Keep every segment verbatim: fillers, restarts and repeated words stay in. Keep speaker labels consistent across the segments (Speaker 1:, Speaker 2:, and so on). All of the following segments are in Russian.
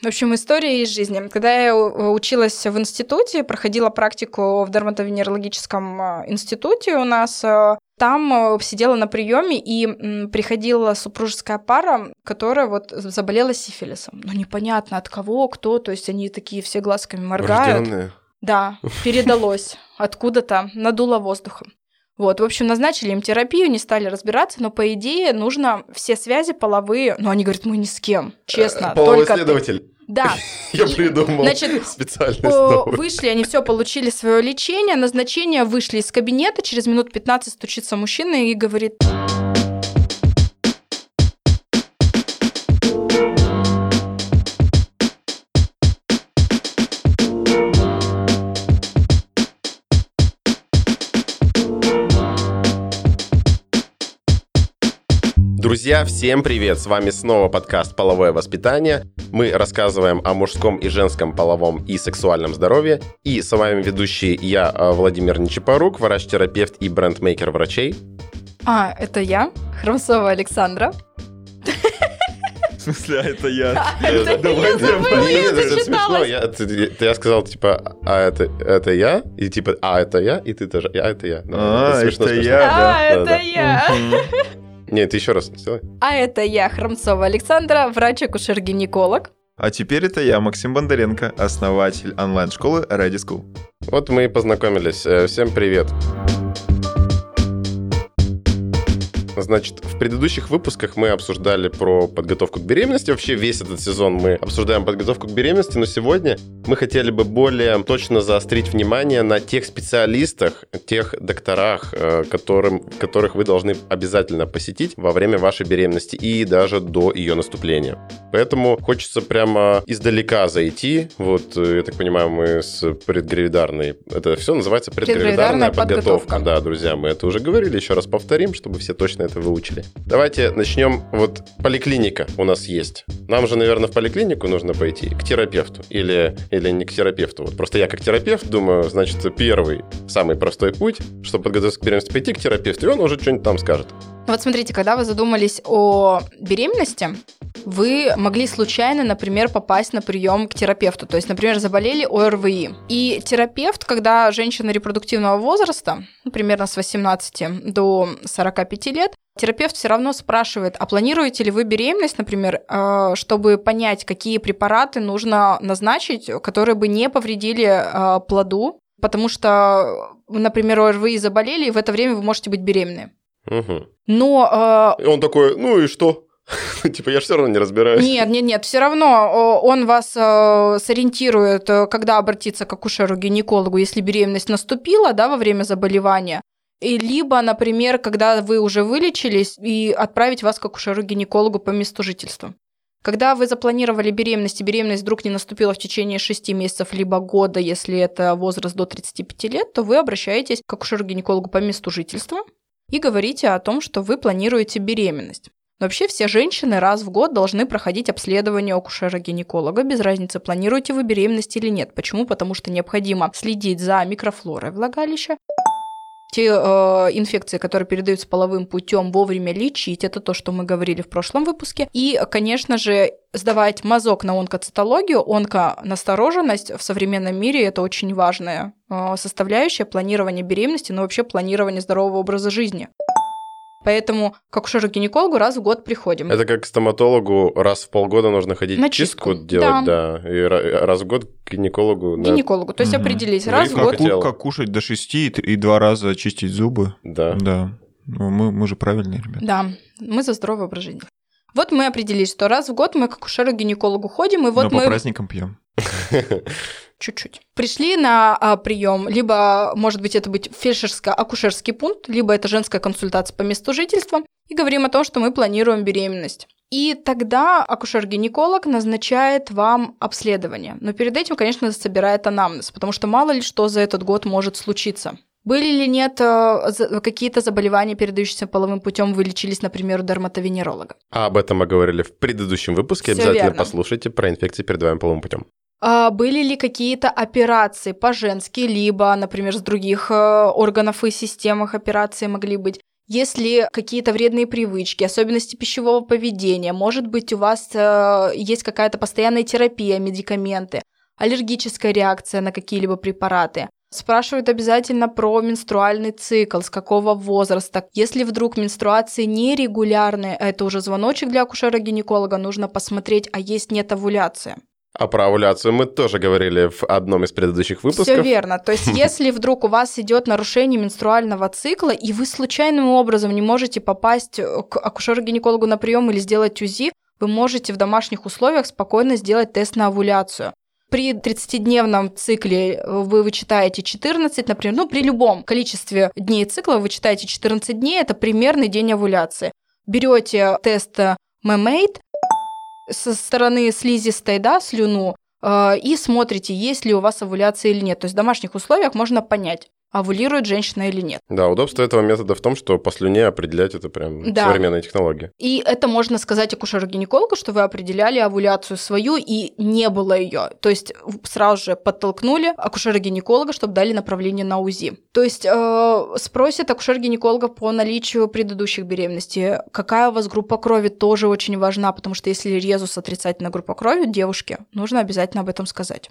Speaker 1: В общем, история из жизни. Когда я училась в институте, проходила практику в дерматовенерологическом институте у нас, там сидела на приеме, и приходила супружеская пара, которая вот заболела сифилисом. Ну, непонятно от кого, кто, то есть они такие все глазками моргают.
Speaker 2: Рождённые.
Speaker 1: Да, передалось откуда-то, надуло воздухом. Вот, в общем, назначили им терапию, не стали разбираться, но, по идее, нужно все связи половые... Ну, они говорят, мы ни с кем, честно.
Speaker 2: Половой
Speaker 1: только
Speaker 2: следователь.
Speaker 1: Ты. Да.
Speaker 2: Я придумал
Speaker 1: Значит,
Speaker 2: специальность.
Speaker 1: Вышли, они все получили свое лечение, назначение, вышли из кабинета, через минут пятнадцать стучится мужчина и говорит...
Speaker 2: Друзья, всем привет! С вами снова подкаст «Половое воспитание». Мы рассказываем о мужском и женском половом и сексуальном здоровье. И с вами ведущий я, Владимир Нечипорук, врач-терапевт и бренд-мейкер врачей.
Speaker 1: А, это я, Хромцова Александра.
Speaker 3: В смысле, а это я?
Speaker 1: Это я забыла, я
Speaker 2: зачиталась. Я сказал, типа, а это я? И типа, а это я? И ты тоже, а это я.
Speaker 3: А, это я, да.
Speaker 1: А, это я.
Speaker 2: Нет, ты еще раз сделай.
Speaker 1: А это я, Хромцова Александра, врач-акушер-гинеколог.
Speaker 3: А теперь это я, Максим Бондаренко, основатель онлайн-школы Ready School.
Speaker 2: Вот мы и познакомились. Всем привет. Значит, в предыдущих выпусках мы обсуждали про подготовку к беременности. Вообще весь этот сезон мы обсуждаем подготовку к беременности, но сегодня мы хотели бы более точно заострить внимание на тех специалистах, тех докторах, которым, которых вы должны обязательно посетить во время вашей беременности и даже до ее наступления. Поэтому хочется прямо издалека зайти. Вот, я так понимаю, мы с предгравидарной... Это все называется предгравидарная, предгравидарная подготовка. подготовка. Да, друзья, мы это уже говорили, еще раз повторим, чтобы все точно это выучили. Давайте начнем. Вот поликлиника у нас есть. Нам же, наверное, в поликлинику нужно пойти к терапевту. Или, или не к терапевту. Вот просто я как терапевт думаю, значит, первый, самый простой путь, чтобы подготовиться к беременности, пойти к терапевту, и он уже что-нибудь там скажет.
Speaker 1: Вот смотрите, когда вы задумались о беременности, вы могли случайно, например, попасть на прием к терапевту. То есть, например, заболели ОРВИ. И терапевт, когда женщина репродуктивного возраста, ну, примерно с восемнадцати до сорока пяти лет, терапевт все равно спрашивает, а планируете ли вы беременность, например, чтобы понять, какие препараты нужно назначить, которые бы не повредили плоду, потому что, например, ОРВИ заболели, и в это время вы можете быть беременны.
Speaker 2: Угу.
Speaker 1: Но...
Speaker 2: И он такой, ну и что? Типа, я все равно не разбираюсь.
Speaker 1: Нет, нет, нет, все равно он вас сориентирует, когда обратиться к акушеру-гинекологу, если беременность наступила, да, во время заболевания, и либо, например, когда вы уже вылечились, и отправить вас к акушеру-гинекологу по месту жительства. Когда вы запланировали беременность, и беременность вдруг не наступила в течение шести месяцев, либо года, если это возраст до тридцати пяти лет, то вы обращаетесь к акушеру-гинекологу по месту жительства и говорите о том, что вы планируете беременность. Вообще все женщины раз в год должны проходить обследование акушера-гинеколога, без разницы, планируете вы беременность или нет. Почему? Потому что необходимо следить за микрофлорой влагалища. Те э, инфекции, которые передаются половым путем, вовремя лечить, это то, что мы говорили в прошлом выпуске. И, конечно же, сдавать мазок на онкоцитологию, онконастороженность в современном мире – это очень важная э, составляющая планирования беременности, но вообще планирования здорового образа жизни. Поэтому к акушеру-гинекологу раз в год приходим.
Speaker 2: Это как к стоматологу раз в полгода нужно ходить
Speaker 1: на
Speaker 2: чистку,
Speaker 1: чистку
Speaker 2: делать,
Speaker 1: да.
Speaker 2: да. И раз в год к гинекологу.
Speaker 1: Гинекологу, на... то есть угу. определить раз в год.
Speaker 3: Как, как кушать до шести и два раза чистить зубы.
Speaker 2: Да.
Speaker 3: Да. Ну, мы, мы же правильные ребята.
Speaker 1: Да, мы за здоровый образ жизни. Вот мы определили, что раз в год мы к акушеру-гинекологу ходим, и вот
Speaker 3: Но
Speaker 1: мы...
Speaker 3: по праздникам пьем.
Speaker 1: Чуть-чуть. Пришли на а, прием, либо, может быть, это быть фельдшерско-акушерский пункт, либо это женская консультация по месту жительства, и говорим о том, что мы планируем беременность. И тогда акушер-гинеколог назначает вам обследование. Но перед этим, конечно, собирает анамнез, потому что мало ли что за этот год может случиться. Были ли нет какие-то заболевания, передающиеся половым путем, вы лечились, например, у дерматовенеролога?
Speaker 2: А об этом мы говорили в предыдущем выпуске.
Speaker 1: Всё
Speaker 2: Обязательно
Speaker 1: верно.
Speaker 2: Послушайте про инфекции, передаваемые половым путем.
Speaker 1: А были ли какие-то операции по-женски, либо, например, с других органов и системах операции могли быть? есть ли какие-то вредные привычки, особенности пищевого поведения, может быть, у вас э, есть какая-то постоянная терапия, медикаменты, аллергическая реакция на какие-либо препараты. Спрашивают обязательно про менструальный цикл, с какого возраста. Если вдруг менструации нерегулярные, это уже звоночек для акушера-гинеколога, нужно посмотреть, а есть нет овуляции.
Speaker 2: А про овуляцию мы тоже говорили в одном из предыдущих выпусков.
Speaker 1: Все верно. То есть, если вдруг у вас идет нарушение менструального цикла, и вы случайным образом не можете попасть к акушеру-гинекологу на прием или сделать УЗИ, вы можете в домашних условиях спокойно сделать тест на овуляцию. При тридцатидневном цикле вы вычитаете четырнадцать, например, ну, при любом количестве дней цикла вы вычитаете четырнадцать дней, это примерный день овуляции. Берете тест Мэмэйд со стороны слизистой, да, слюну, э, и смотрите, есть ли у вас овуляция или нет. То есть в домашних условиях можно понять, овулирует женщина или нет.
Speaker 2: Да, удобство этого метода в том, что по слюне определять это прям да. современная технология.
Speaker 1: И это можно сказать акушеру-гинекологу, что вы определяли овуляцию свою и не было ее. То есть сразу же подтолкнули акушера-гинеколога, чтобы дали направление на УЗИ. То есть э, спросят акушер-гинеколога по наличию предыдущих беременностей, какая у вас группа крови, тоже очень важна, потому что если резус отрицательная группа крови девушке, нужно обязательно об этом сказать.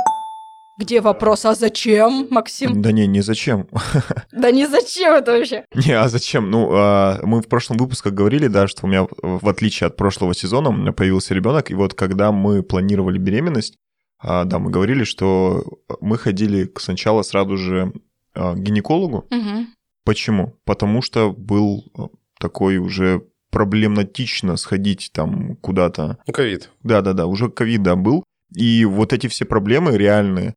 Speaker 1: Где вопрос, а зачем, Максим?
Speaker 3: Да не, не зачем.
Speaker 1: Да не зачем это вообще?
Speaker 3: Не, а зачем? Ну, мы в прошлом выпуске говорили, да, что у меня, в отличие от прошлого сезона, у меня появился ребенок, и вот когда мы планировали беременность, да, мы говорили, что мы ходили сначала сразу же к гинекологу.
Speaker 1: Угу.
Speaker 3: Почему? Потому что был такой уже проблематично сходить там куда-то.
Speaker 2: Ну, ковид.
Speaker 3: Да-да-да, уже ковид, да, был. И вот эти все проблемы реальные,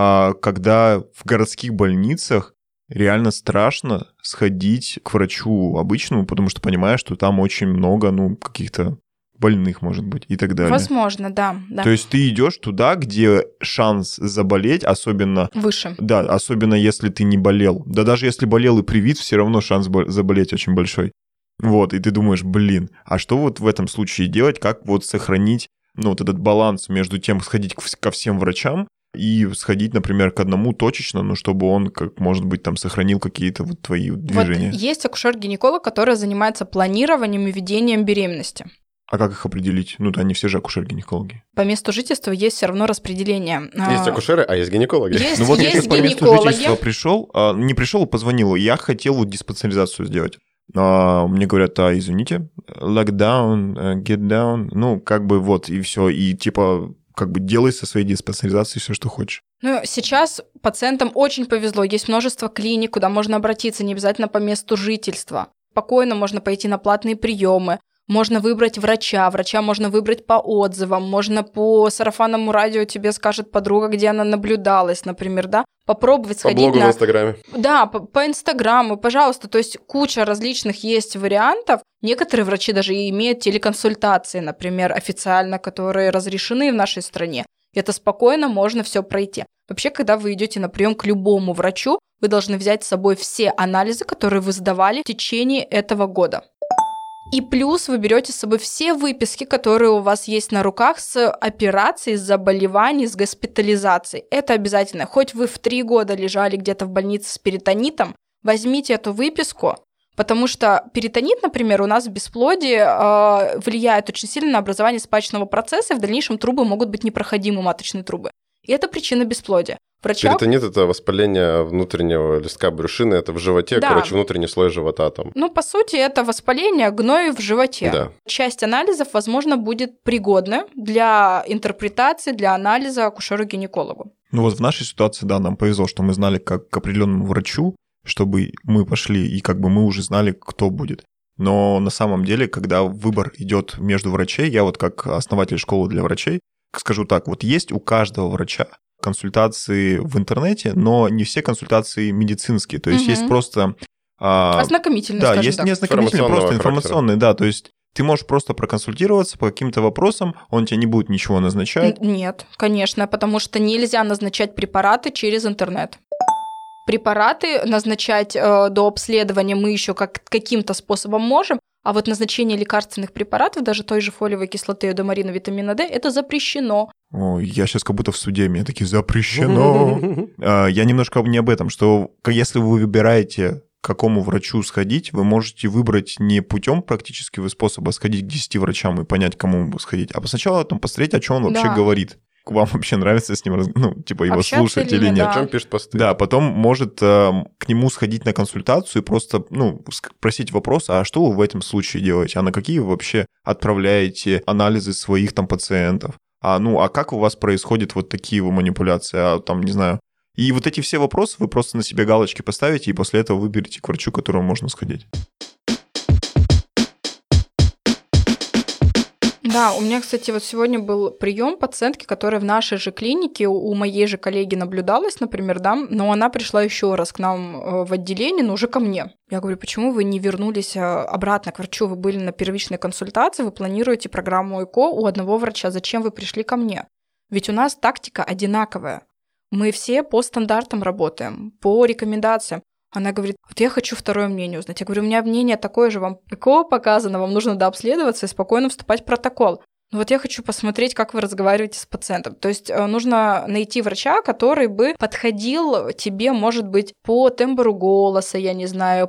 Speaker 3: когда в городских больницах реально страшно сходить к врачу обычному, потому что понимаешь, что там очень много, ну, каких-то больных, может быть, и так далее.
Speaker 1: Возможно, да. да.
Speaker 3: То есть ты идешь туда, где шанс заболеть, особенно...
Speaker 1: Выше.
Speaker 3: Да, особенно если ты не болел. Да даже если болел и привит, все равно шанс заболеть очень большой. Вот, и ты думаешь, блин, а что вот в этом случае делать, как вот сохранить ну, вот этот баланс между тем, сходить ко всем врачам и сходить, например, к одному точечно, ну, чтобы он, как может быть, там, сохранил какие-то вот твои движения.
Speaker 1: Вот есть акушер-гинеколог, который занимается планированием и ведением беременности.
Speaker 3: А как их определить? Ну, да, они все же акушер-гинекологи.
Speaker 1: По месту жительства есть все равно распределение.
Speaker 2: Есть акушеры, а есть гинекологи.
Speaker 1: Есть,
Speaker 3: ну, вот
Speaker 1: есть
Speaker 3: я сейчас по месту жительства пришел, не пришел, позвонил, я хотел вот диспансеризацию сделать. Uh, мне говорят, а, извините, lockdown, uh, get down, ну, как бы вот, и все, и типа, как бы делай со своей диспансеризацией все, что хочешь.
Speaker 1: Ну, сейчас пациентам очень повезло, есть множество клиник, куда можно обратиться, не обязательно по месту жительства. Спокойно можно пойти на платные приемы, можно выбрать врача, врача можно выбрать по отзывам, можно по сарафанному радио тебе скажет подруга, где она наблюдалась, например, да, попробовать сходить
Speaker 2: по блогу
Speaker 1: на...
Speaker 2: в Инстаграме.
Speaker 1: Да, по, по Инстаграму, пожалуйста, то есть куча различных есть вариантов. Некоторые врачи даже имеют телеконсультации, например, официально, которые разрешены в нашей стране. И это спокойно можно все пройти. Вообще, когда вы идете на прием к любому врачу, вы должны взять с собой все анализы, которые вы сдавали в течение этого года. И плюс вы берете с собой все выписки, которые у вас есть на руках с операцией, с заболеваний, с госпитализацией. Это обязательно. Хоть вы в три года лежали где-то в больнице с перитонитом, возьмите эту выписку, потому что перитонит, например, у нас в бесплодии э, влияет очень сильно на образование спаечного процесса, и в дальнейшем трубы могут быть непроходимы, маточные трубы. И это причина бесплодия. Врача...
Speaker 2: Перитонит – это воспаление внутреннего листка брюшины, это в животе, да. Короче, внутренний слой живота там.
Speaker 1: Ну, по сути, это воспаление гноя в животе.
Speaker 2: Да.
Speaker 1: Часть анализов, возможно, будет пригодна для интерпретации, для анализа акушеру-гинекологу.
Speaker 3: Ну вот в нашей ситуации, да, нам повезло, что мы знали, как к определенному врачу, чтобы мы пошли, и как бы мы уже знали, кто будет. Но на самом деле, когда выбор идет между врачей, я вот как основатель школы для врачей, скажу так, вот есть у каждого врача консультации в интернете, но не все консультации медицинские. То есть угу. есть просто... А,
Speaker 1: ознакомительные,
Speaker 3: да,
Speaker 1: скажем
Speaker 3: есть
Speaker 1: так.
Speaker 3: не ознакомительные, просто информационные, да, то есть ты можешь просто проконсультироваться по каким-то вопросам, он тебе не будет ничего назначать.
Speaker 1: Нет, конечно, потому что нельзя назначать препараты через интернет. Препараты назначать э, до обследования мы еще как, каким-то способом можем, а вот назначение лекарственных препаратов, даже той же фолиевой кислоты, эудемарина, витамина D, это запрещено.
Speaker 3: О, я сейчас как будто в суде, мне такие, запрещено. Я немножко не об этом, что если вы выбираете какому врачу сходить, вы можете выбрать не путем практического способа сходить к десяти врачам и понять, кому сходить, а сначала там посмотреть, о чем он вообще
Speaker 1: Да.
Speaker 3: говорит. Вам вообще нравится с ним, раз- ну, типа, его
Speaker 1: Общаться
Speaker 3: слушать
Speaker 1: или
Speaker 3: или
Speaker 1: нет,
Speaker 3: нет.
Speaker 1: да.
Speaker 2: О чем пишет посты?
Speaker 3: Да, потом может э, к нему сходить на консультацию и просто, ну, спросить вопрос, а что вы в этом случае делаете? А на какие вы вообще отправляете анализы своих там пациентов? А, ну, а как у вас происходят вот такие вот манипуляции? А там, не знаю. И вот эти все вопросы вы просто на себе галочки поставите, и после этого выберете к врачу, к которому можно сходить.
Speaker 1: Да, у меня, кстати, вот сегодня был прием пациентки, которая в нашей же клинике, у моей же коллеги наблюдалась, например, да, но она пришла еще раз к нам в отделение, но уже ко мне. Я говорю, почему вы не вернулись обратно к врачу? Вы были на первичной консультации, вы планируете программу ЭКО у одного врача. Зачем вы пришли ко мне? Ведь у нас тактика одинаковая. Мы все по стандартам работаем, по рекомендациям. Она говорит, вот я хочу второе мнение узнать. Я говорю, у меня мнение такое же, вам ЭКО показано, вам нужно дообследоваться и спокойно вступать в протокол. Но вот я хочу посмотреть, как вы разговариваете с пациентом. То есть нужно найти врача, который бы подходил тебе, может быть, по тембру голоса, я не знаю,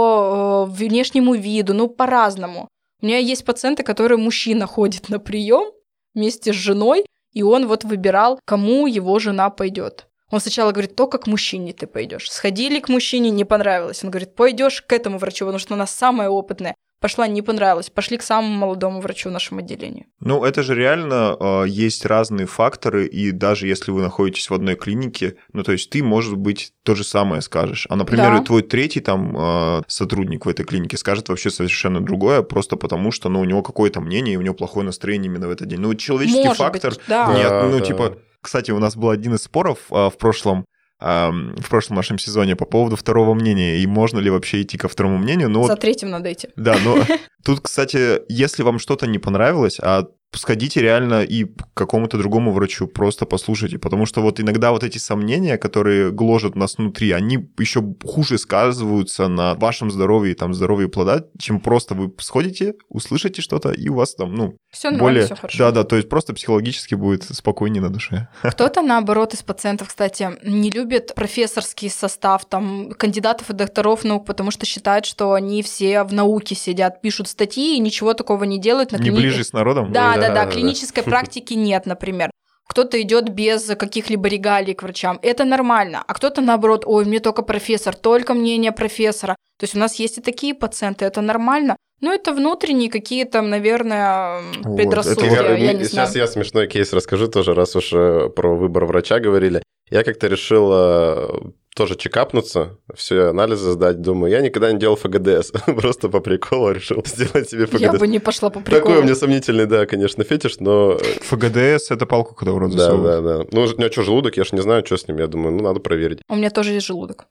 Speaker 1: по внешнему виду, ну, по-разному. У меня есть пациенты, которые мужчина ходит на прием вместе с женой, и он вот выбирал, кому его жена пойдет. Он сначала говорит, только к мужчине ты пойдешь. Сходили к мужчине, не понравилось. Он говорит, пойдешь к этому врачу, потому что она самая опытная. Пошла, не понравилось. Пошли к самому молодому врачу в нашем отделении.
Speaker 3: Ну, это же реально э, есть разные факторы, и даже если вы находитесь в одной клинике, ну, то есть ты, может быть, то же самое скажешь. А, например,
Speaker 1: Да.
Speaker 3: и твой третий там э, сотрудник в этой клинике скажет вообще совершенно другое, просто потому что, ну, у него какое-то мнение, и у него плохое настроение именно в этот день. Ну, человеческий
Speaker 1: Может
Speaker 3: фактор...
Speaker 1: быть, да.
Speaker 3: Нет,
Speaker 2: Да,
Speaker 3: ну,
Speaker 2: да.
Speaker 3: типа... Кстати, у нас был один из споров э, в прошлом, э, в прошлом нашем сезоне по поводу второго мнения, и можно ли вообще идти ко второму мнению. Ну,
Speaker 1: За
Speaker 3: вот,
Speaker 1: третьим надо идти.
Speaker 3: да, но тут, кстати, если вам что-то не понравилось, а сходите реально и к какому-то другому врачу, просто послушайте, потому что вот иногда вот эти сомнения, которые гложат нас внутри, они еще хуже сказываются на вашем здоровье и там здоровье плода, чем просто вы сходите, услышите что-то, и у вас там, ну,
Speaker 1: Все нормально,
Speaker 3: более...
Speaker 1: все хорошо.
Speaker 3: Да-да, то есть просто психологически будет спокойнее на душе.
Speaker 1: Кто-то, наоборот, из пациентов, кстати, не любит профессорский состав, там, кандидатов и докторов наук, потому что считают, что они все в науке сидят, пишут статьи и ничего такого не делают. На
Speaker 3: Не
Speaker 1: клини-
Speaker 3: ближе с народом?
Speaker 1: Да, да,
Speaker 2: Да,
Speaker 1: да,
Speaker 2: да.
Speaker 1: клинической практики нет, например. Кто-то идет без каких-либо регалий к врачам. Это нормально. А кто-то, наоборот, ой, мне только профессор, только мнение профессора. То есть у нас есть и такие пациенты, это нормально. Но это внутренние какие-то, наверное,
Speaker 3: Вот,
Speaker 1: предрассудки,
Speaker 3: это вот-
Speaker 1: я не
Speaker 2: Сейчас
Speaker 1: знаю.
Speaker 2: я смешной кейс расскажу тоже, раз уж э, про выбор врача говорили. Я как-то решил э, тоже чекапнуться, все анализы сдать. Думаю, я никогда не делал ФГДС. Просто по приколу решил сделать себе ФГДС.
Speaker 1: Я бы не пошла по приколу.
Speaker 2: Такой у меня сомнительный, да, конечно, фетиш, но...
Speaker 3: ФГДС — это палку, когда в рот
Speaker 2: Да,
Speaker 3: засовывают.
Speaker 2: да, да. Ну, у меня что, желудок? Я же не знаю, что с ним. Я думаю, ну, надо проверить.
Speaker 1: У меня тоже есть желудок.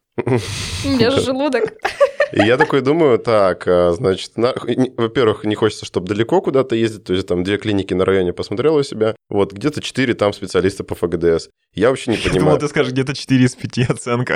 Speaker 1: У меня же желудок.
Speaker 2: И я такой думаю, так, а, значит, на- не- во-первых, не хочется, чтобы далеко куда-то ездить, то есть там две клиники на районе посмотрел у себя, вот, где-то четыре там специалиста по ФГДС. Я вообще не
Speaker 3: Я думал,
Speaker 2: понимаю.
Speaker 3: ты скажешь, где-то четыре из пяти оценка.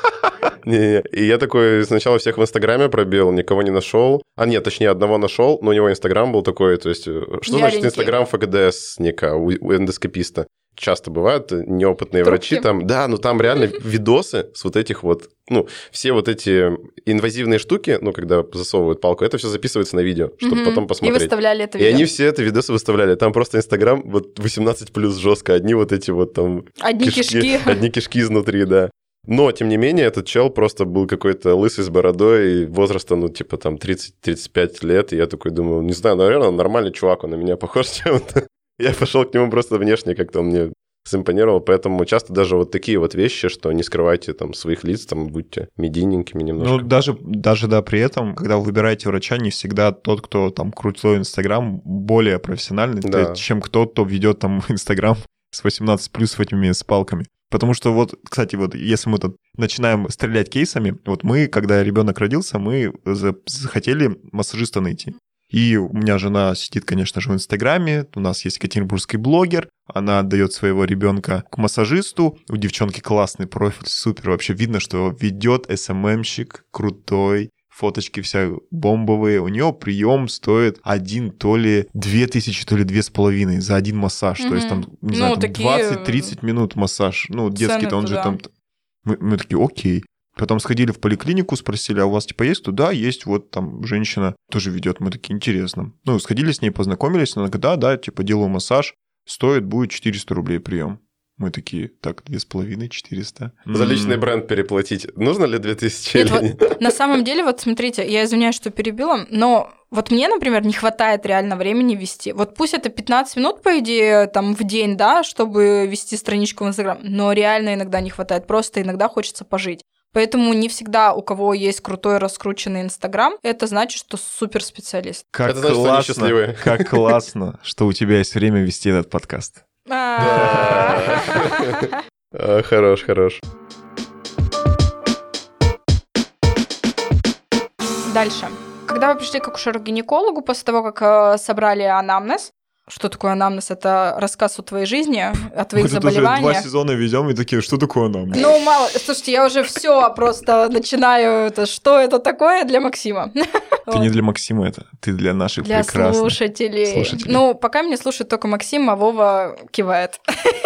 Speaker 2: Не-не. И я такой сначала всех в Инстаграме пробил, никого не нашел. А нет, точнее, одного нашел, но у него Инстаграм был такой, то есть, э, что значит
Speaker 1: Вяленький.
Speaker 2: Инстаграм ФГДСника у, у эндоскописта? Часто бывают неопытные
Speaker 1: Трубки.
Speaker 2: врачи там, да, ну там реально видосы с вот этих вот, ну, все вот эти инвазивные штуки, ну, когда засовывают палку, это все записывается на видео, чтобы
Speaker 1: Мгм.
Speaker 2: потом
Speaker 1: И
Speaker 2: посмотреть.
Speaker 1: выставляли это
Speaker 2: И
Speaker 1: видео.
Speaker 2: они все это видосы выставляли. Там просто Инстаграм вот восемнадцать плюс жестко, одни вот эти вот там
Speaker 1: Одни кишки.
Speaker 2: одни кишки изнутри, да. Но, тем не менее, этот чел просто был какой-то лысый с бородой, и возраста, ну, типа, там, тридцать-тридцать пять лет, и я такой думаю, не знаю, наверное, нормальный чувак, он на меня похож чем-то. Я пошел к нему просто внешне, как-то он мне симпонировал, поэтому часто даже вот такие вот вещи, что не скрывайте там своих лиц, там, будьте медийненькими немножко.
Speaker 3: Ну, даже, даже да, при этом, когда вы выбираете врача, не всегда тот, кто там крутой Инстаграм, более профессиональный, то
Speaker 2: Да.
Speaker 3: есть, чем кто, кто ведет там Инстаграм с восемнадцать плюс с этими с палками. Потому что вот, кстати, вот если мы тут начинаем стрелять кейсами, вот мы, когда ребенок родился, мы за- захотели массажиста найти. И у меня жена сидит, конечно же, в Инстаграме, у нас есть екатеринбургский блогер, она отдает своего ребенка к массажисту, у девчонки классный профиль, супер, вообще видно, что ведет эс эм эм-щик крутой, фоточки вся бомбовые, у нее прием стоит один то ли две тысячи, то ли две с половиной за один массаж, то есть там, не
Speaker 1: Ну,
Speaker 3: знаю, там
Speaker 1: такие,
Speaker 3: двадцать-тридцать минут массаж, ну, детский-то он же
Speaker 1: цены-то,
Speaker 3: там... Мы, мы такие, окей. Потом сходили в поликлинику, спросили, а у вас типа есть? Да, есть, вот там женщина тоже ведет. Мы такие, интересно. Ну, сходили с ней, познакомились, она говорит, да, да, типа делаю массаж, стоит будет четыреста рублей прием. Мы такие, так, две с половиной, четыреста.
Speaker 2: За личный бренд переплатить. Нужно ли две тысячи
Speaker 1: Нет,
Speaker 2: или
Speaker 1: вот,
Speaker 2: нет?
Speaker 1: на самом деле, вот смотрите, я извиняюсь, что перебила, но вот мне, например, не хватает реально времени вести. Вот пусть это пятнадцать минут, по идее, там, в день, да, чтобы вести страничку в Инстаграм, но реально иногда не хватает, просто иногда хочется пожить. Поэтому не всегда у кого есть крутой раскрученный Инстаграм, это значит, что суперспециалист.
Speaker 3: Как
Speaker 2: Это значит, что они
Speaker 3: классно,
Speaker 2: счастливые.
Speaker 3: как классно, что у тебя есть время вести этот подкаст.
Speaker 2: Хорош, хорош.
Speaker 1: Дальше. Когда вы пришли к акушеру-гинекологу после того, как э, собрали анамнез, что такое анамнез? Это рассказ о твоей жизни, о твоих
Speaker 3: Мы тут уже
Speaker 1: заболеваниях.
Speaker 3: два сезона ведем и такие, что такое анамнез?
Speaker 1: Ну, мало. Слушайте, я уже все просто начинаю. Это что это такое для Максима?
Speaker 3: Ты не для Максима это, ты для наших
Speaker 1: Для
Speaker 3: прекрасных
Speaker 1: слушателей.
Speaker 3: слушателей.
Speaker 1: Ну, пока меня слушает только Максим, а Вова кивает.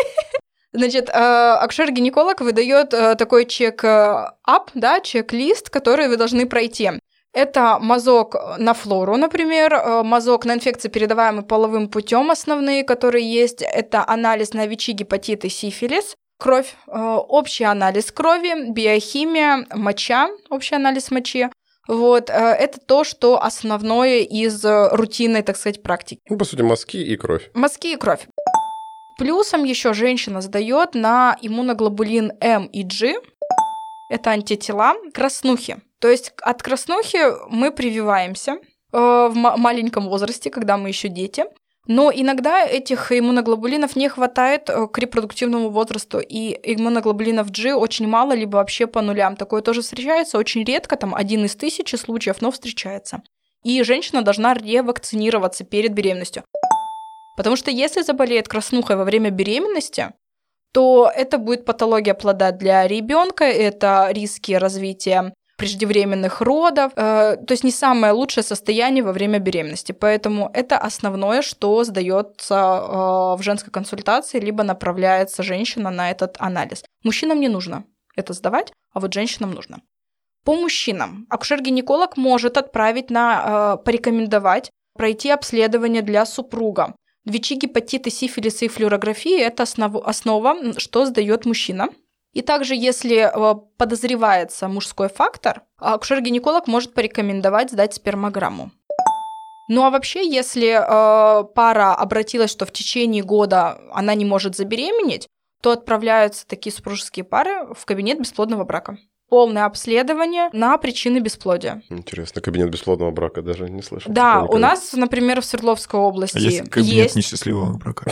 Speaker 1: Значит, акушер-гинеколог выдает такой чек-ап, да, чек-лист, который вы должны пройти. Это мазок на флору, например, мазок на инфекции, передаваемые половым путем, основные, которые есть. Это анализ на ВИЧ, гепатит и сифилис, кровь, общий анализ крови, биохимия, моча, общий анализ мочи. Вот, это то, что основное из рутинной, так сказать, практики.
Speaker 2: Ну, по сути, мазки и кровь.
Speaker 1: Мазки и кровь. Плюсом еще женщина сдает на иммуноглобулин М и G. Это антитела краснухи. То есть от краснухи мы прививаемся э, в м- маленьком возрасте, когда мы еще дети. Но иногда этих иммуноглобулинов не хватает э, к репродуктивному возрасту, и иммуноглобулинов G очень мало, либо вообще по нулям. Такое тоже встречается, очень редко, там один из тысячи случаев, но встречается. И женщина должна ревакцинироваться перед беременностью. Потому что если заболеет краснухой во время беременности, то это будет патология плода для ребенка, это риски развития преждевременных родов, э, то есть не самое лучшее состояние во время беременности. Поэтому это основное, что сдается э, в женской консультации, либо направляется женщина на этот анализ. Мужчинам не нужно это сдавать, а вот женщинам нужно. По мужчинам акушер-гинеколог может отправить на, э, порекомендовать пройти обследование для супруга. ВИЧ, гепатиты, сифилис и флюорография – это основ, основа, что сдает мужчина. И также, если подозревается мужской фактор, акушер-гинеколог может порекомендовать сдать спермограмму. Ну а вообще, если э, пара обратилась, что в течение года она не может забеременеть, то отправляются такие супружеские пары в кабинет бесплодного брака. Полное обследование на причины бесплодия.
Speaker 2: Интересно, кабинет бесплодного брака даже не слышал.
Speaker 1: Да, у нас, например, в Свердловской области
Speaker 3: а есть кабинет
Speaker 1: есть...
Speaker 3: несчастливого брака?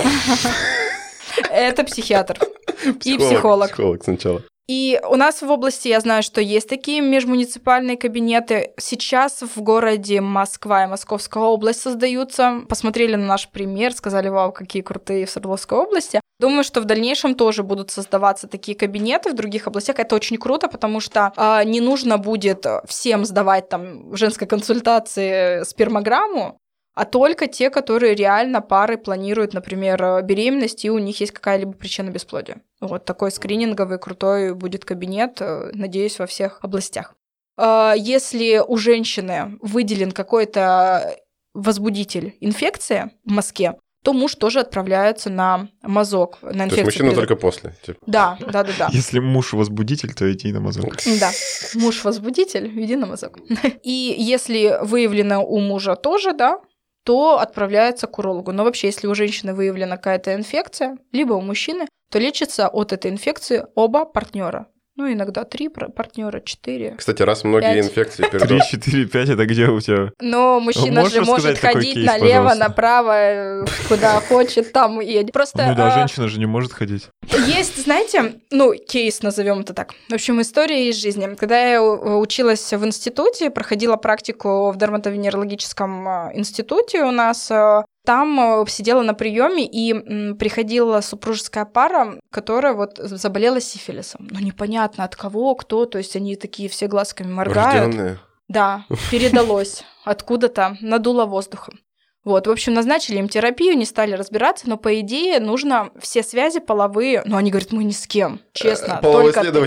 Speaker 1: Это психиатр и психолог.
Speaker 2: Психолог сначала.
Speaker 1: И у нас в области, я знаю, что есть такие межмуниципальные кабинеты. Сейчас в городе Москва и Московская область создаются. Посмотрели на наш пример, сказали, вау, какие крутые в Свердловской области. Думаю, что в дальнейшем тоже будут создаваться такие кабинеты в других областях. Это очень круто, потому что э, не нужно будет всем сдавать там в женской консультации спермограмму, а только те, которые реально пары планируют, например, беременность, и у них есть какая-либо причина бесплодия. Вот такой скрининговый, крутой будет кабинет, надеюсь, во всех областях. Если у женщины выделен какой-то возбудитель инфекции в мазке, то муж тоже отправляется на мазок, на инфекцию.
Speaker 2: То есть мужчина только после? Типа.
Speaker 1: Да, да, да, да.
Speaker 3: Если муж возбудитель, то иди на мазок.
Speaker 1: Да, муж возбудитель, иди на мазок. И если выявлено у мужа тоже, да, то отправляется к урологу. Но вообще, если у женщины выявлена какая-то инфекция, либо у мужчины, то лечатся от этой инфекции оба партнера. Ну, иногда три партнера, четыре.
Speaker 2: Кстати, раз многие пять. Инфекции передают...
Speaker 3: Три, четыре, пять, это где у тебя?
Speaker 1: Но мужчина
Speaker 3: Можешь
Speaker 1: же может ходить кейс, налево, пожалуйста? Направо, куда хочет, там едет. Просто,
Speaker 3: ну да,
Speaker 1: а...
Speaker 3: женщина же не может ходить.
Speaker 1: Есть, знаете, ну, кейс, назовем это так. В общем, история из жизни. Когда я училась в институте, проходила практику в дерматовенерологическом институте у нас, там сидела на приеме, и приходила супружеская пара, которая вот заболела сифилисом. Ну, непонятно от кого, кто, то есть они такие все глазками моргают.
Speaker 2: Рождённые.
Speaker 1: Да, передалось откуда-то, надуло воздухом. Вот, в общем, назначили им терапию, не стали разбираться, но, по идее, нужно все связи половые... Ну, они говорят, мы ни с кем, честно.
Speaker 2: Половой
Speaker 1: только
Speaker 2: следователь.
Speaker 1: ты.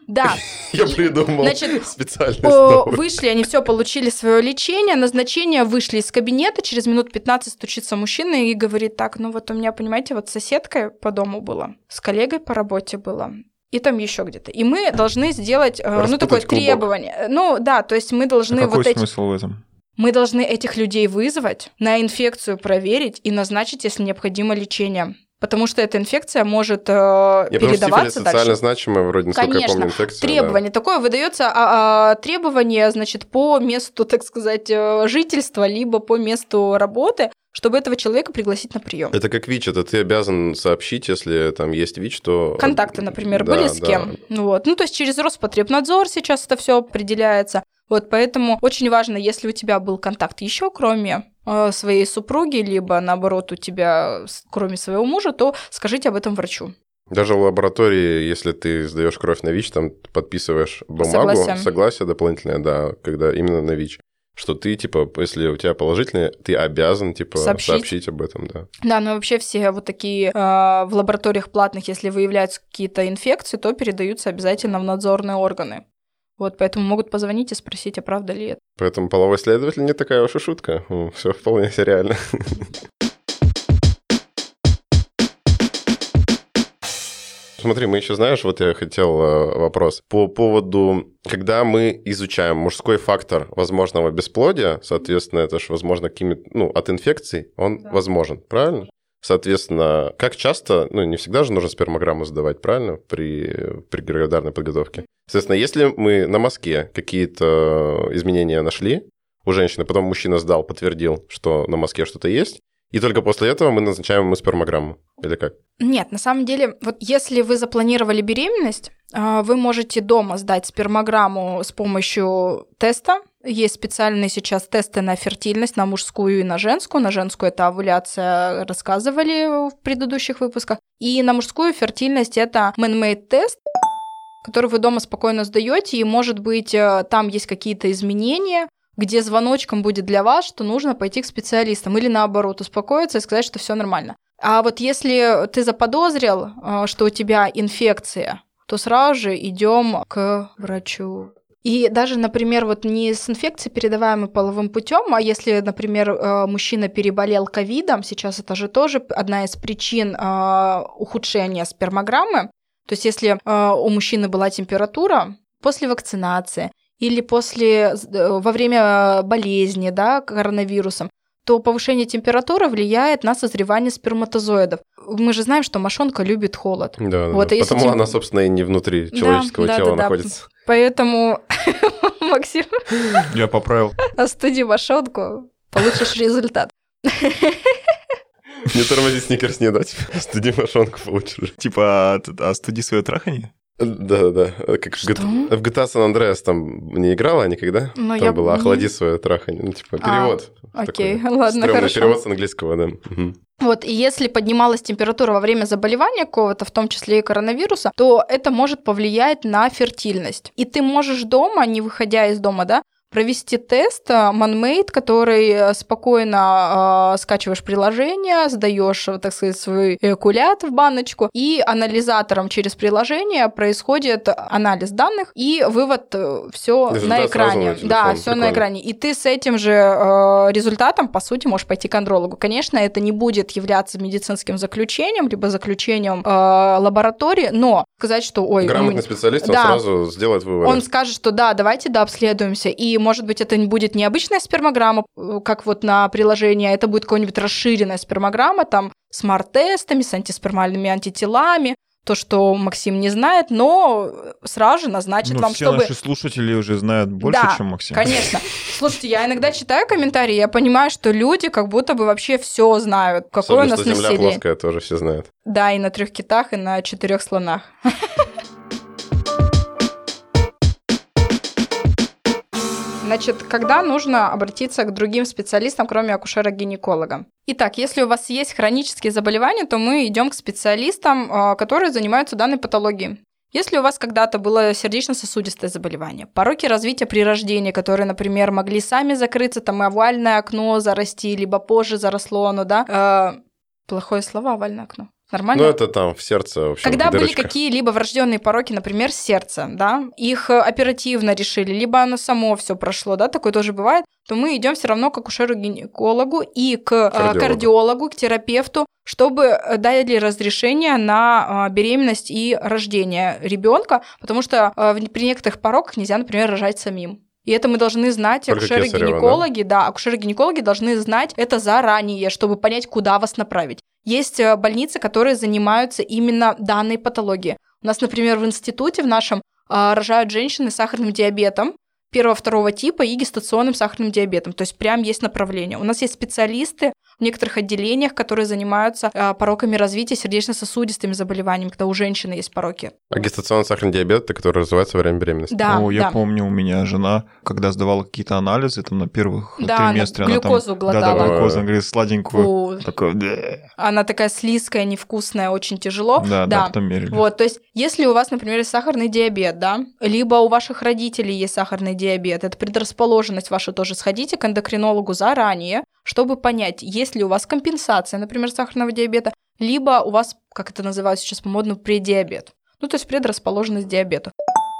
Speaker 1: Да.
Speaker 2: Я придумал
Speaker 1: Значит,
Speaker 2: специальность.
Speaker 1: Вышли, они все получили свое лечение, назначение, вышли из кабинета, через минут пятнадцать стучится мужчина и говорит: так, ну вот у меня, понимаете, вот с соседкой по дому было, с коллегой по работе было, и там еще где-то. И мы должны сделать, Распутать ну, такое клубок. Требование. Ну, да, то есть мы должны...
Speaker 3: А какой
Speaker 1: вот эти...
Speaker 3: смысл в этом?
Speaker 1: Мы должны этих людей вызвать, на инфекцию проверить и назначить, если необходимо, лечение. Потому что эта инфекция может э,
Speaker 2: я
Speaker 1: передаваться дальше.
Speaker 2: Социально значимая, вроде, насколько
Speaker 1: Конечно,
Speaker 2: я помню, инфекция.
Speaker 1: Требование. Да. Такое выдается а, а, требование, значит, по месту, так сказать, жительства, либо по месту работы, чтобы этого человека пригласить на прием.
Speaker 2: Это как ВИЧ, это ты обязан сообщить, если там есть ВИЧ, то...
Speaker 1: Контакты, например,
Speaker 2: да,
Speaker 1: были с
Speaker 2: да.
Speaker 1: кем. Вот. Ну, то есть через Роспотребнадзор сейчас это все определяется. Вот, поэтому очень важно, если у тебя был контакт еще кроме э, своей супруги, либо, наоборот, у тебя кроме своего мужа, то скажите об этом врачу.
Speaker 2: Даже в лаборатории, если ты сдаешь кровь на ВИЧ, там подписываешь бумагу, согласие, согласие дополнительное, да, когда именно на ВИЧ, что ты, типа, если у тебя положительное, ты обязан, типа, сообщить, сообщить об этом, да.
Speaker 1: Да, но вообще все вот такие э, в лабораториях платных, если выявляются какие-то инфекции, то передаются обязательно в надзорные органы. Вот, поэтому могут позвонить и спросить, а правда ли это.
Speaker 2: Поэтому половой следователь не такая уж и шутка. Все вполне реально. Смотри, мы еще, знаешь, вот я хотел вопрос. По поводу, когда мы изучаем мужской фактор возможного бесплодия, соответственно, это же, возможно, какими-то, ну, от инфекций, он да. возможен, правильно? Соответственно, как часто, ну, не всегда же нужно спермограмму сдавать, правильно, при, при гравидарной подготовке? Соответственно, если мы на мазке какие-то изменения нашли у женщины, потом мужчина сдал, подтвердил, что на мазке что-то есть, и только после этого мы назначаем ему спермограмму, или как?
Speaker 1: Нет, на самом деле, вот если вы запланировали беременность, вы можете дома сдать спермограмму с помощью теста. Есть специальные сейчас тесты на фертильность, на мужскую и на женскую. На женскую это овуляция, рассказывали в предыдущих выпусках. И на мужскую фертильность это man-made тест, который вы дома спокойно сдаете, и, может быть, там есть какие-то изменения, где звоночком будет для вас, что нужно пойти к специалистам, или наоборот, успокоиться и сказать, что все нормально. А вот если ты заподозрил, что у тебя инфекция, то сразу же идем к врачу. И даже, например, вот не с инфекцией, передаваемой половым путем, а если, например, мужчина переболел ковидом, сейчас это же тоже одна из причин ухудшения спермограммы. То есть если у мужчины была температура после вакцинации или после, во время болезни, да, коронавирусом, то повышение температуры влияет на созревание сперматозоидов. Мы же знаем, что мошонка любит холод.
Speaker 2: Да,
Speaker 1: вот,
Speaker 2: да.
Speaker 1: и
Speaker 2: Потому
Speaker 1: тем...
Speaker 2: она, собственно, и не внутри человеческого
Speaker 1: да,
Speaker 2: тела
Speaker 1: да, да,
Speaker 2: находится.
Speaker 1: Да. Поэтому, Максим,
Speaker 3: я поправил.
Speaker 1: Остуди мошонку, получишь результат.
Speaker 2: Не тормози, сникерс не дать. Остуди мошонку получишь.
Speaker 3: Типа, остуди свое трахание?
Speaker 2: Да-да-да. Как в джи ти эй San Andreas там не играла никогда?
Speaker 1: Но
Speaker 2: там
Speaker 1: я...
Speaker 2: было «Охлади свое трахание». Ну, типа, перевод.
Speaker 1: А, окей,
Speaker 2: такой,
Speaker 1: ладно, хорошо.
Speaker 2: Перевод с английского, да. Угу.
Speaker 1: Вот, и если поднималась температура во время заболевания какого-то, в том числе и коронавируса, то это может повлиять на фертильность. И ты можешь дома, не выходя из дома, да, провести тест man-made, который спокойно э, скачиваешь приложение, сдаешь, так сказать, свой эякулят в баночку, и анализатором через приложение происходит анализ данных и вывод все на экране. На да, все на экране. И ты с этим же э, результатом, по сути, можешь пойти к андрологу. Конечно, это не будет являться медицинским заключением, либо заключением э, лаборатории, но сказать, что... ой,
Speaker 2: грамотный
Speaker 1: мы...
Speaker 2: специалист,
Speaker 1: да,
Speaker 2: он сразу сделает вывод.
Speaker 1: Он скажет, что да, давайте дообследуемся, и может быть, это будет не обычная спермограмма, как вот на приложении, а это будет какая-нибудь расширенная спермограмма, там, с смарт-тестами, с антиспермальными антителами, то, что Максим не знает, но сразу же назначит
Speaker 3: ну,
Speaker 1: вам,
Speaker 3: все
Speaker 1: чтобы...
Speaker 3: наши слушатели уже знают больше,
Speaker 1: да,
Speaker 3: чем Максим.
Speaker 1: Конечно. Слушайте, я иногда читаю комментарии, я понимаю, что люди как будто бы вообще все знают, какое
Speaker 2: особенно,
Speaker 1: у нас
Speaker 2: что
Speaker 1: население.
Speaker 2: Земля плоская, тоже все знают.
Speaker 1: Да, и на трех китах, и на четырех слонах. Значит, когда нужно обратиться к другим специалистам, кроме акушера-гинеколога? Итак, если у вас есть хронические заболевания, то мы идем к специалистам, которые занимаются данной патологией. Если у вас когда-то было сердечно-сосудистое заболевание, пороки развития при рождении, которые, например, могли сами закрыться, там и овальное окно зарасти, либо позже заросло оно, да, э, плохое слово овальное окно. Нормально?
Speaker 2: Ну, это там в сердце, в общем,
Speaker 1: Когда
Speaker 2: в
Speaker 1: были
Speaker 2: дырочках.
Speaker 1: какие-либо врожденные пороки, например, сердца, да, их оперативно решили, либо оно само все прошло, да, такое тоже бывает, то мы идем все равно к акушеру-гинекологу и к
Speaker 2: Кардиологу.
Speaker 1: кардиологу, к терапевту, чтобы дали разрешение на беременность и рождение ребенка, потому что при некоторых пороках нельзя, например, рожать самим. И это мы должны знать,
Speaker 2: Только
Speaker 1: акушеры-гинекологи,
Speaker 2: кесарево, да?
Speaker 1: да, акушеры-гинекологи должны знать это заранее, чтобы понять, куда вас направить. Есть больницы, которые занимаются именно данной патологией. У нас, например, в институте в нашем рожают женщины с сахарным диабетом первого-второго типа и гестационным сахарным диабетом. То есть прям есть направление. У нас есть специалисты в некоторых отделениях, которые занимаются пороками развития, сердечно-сосудистыми заболеваниями, когда у женщины есть пороки.
Speaker 2: А гестационный сахарный диабет, это который развивается во время беременности?
Speaker 1: Да,
Speaker 3: О, я
Speaker 1: да.
Speaker 3: помню, у меня жена, когда сдавала какие-то анализы, там на первых
Speaker 1: Да,
Speaker 3: триместре,
Speaker 1: она
Speaker 3: она там...
Speaker 1: глюкозу глотала.
Speaker 3: Да, да, глюкозу, она говорит, сладенькую.
Speaker 1: Фу.
Speaker 3: Такое, «Бэ».
Speaker 1: Она такая слизкая, невкусная, очень тяжело.
Speaker 3: Да, да, потом мерили.
Speaker 1: Вот, то есть, если у вас, например, есть сахарный диабет, да, либо у ваших родителей есть сахарный диабет, это предрасположенность ваша тоже, сходите к эндокринологу заранее, чтобы понять, есть ли у вас компенсация, например, сахарного диабета, либо у вас, как это называют сейчас по-модному, преддиабет. Ну, то есть предрасположенность к диабету.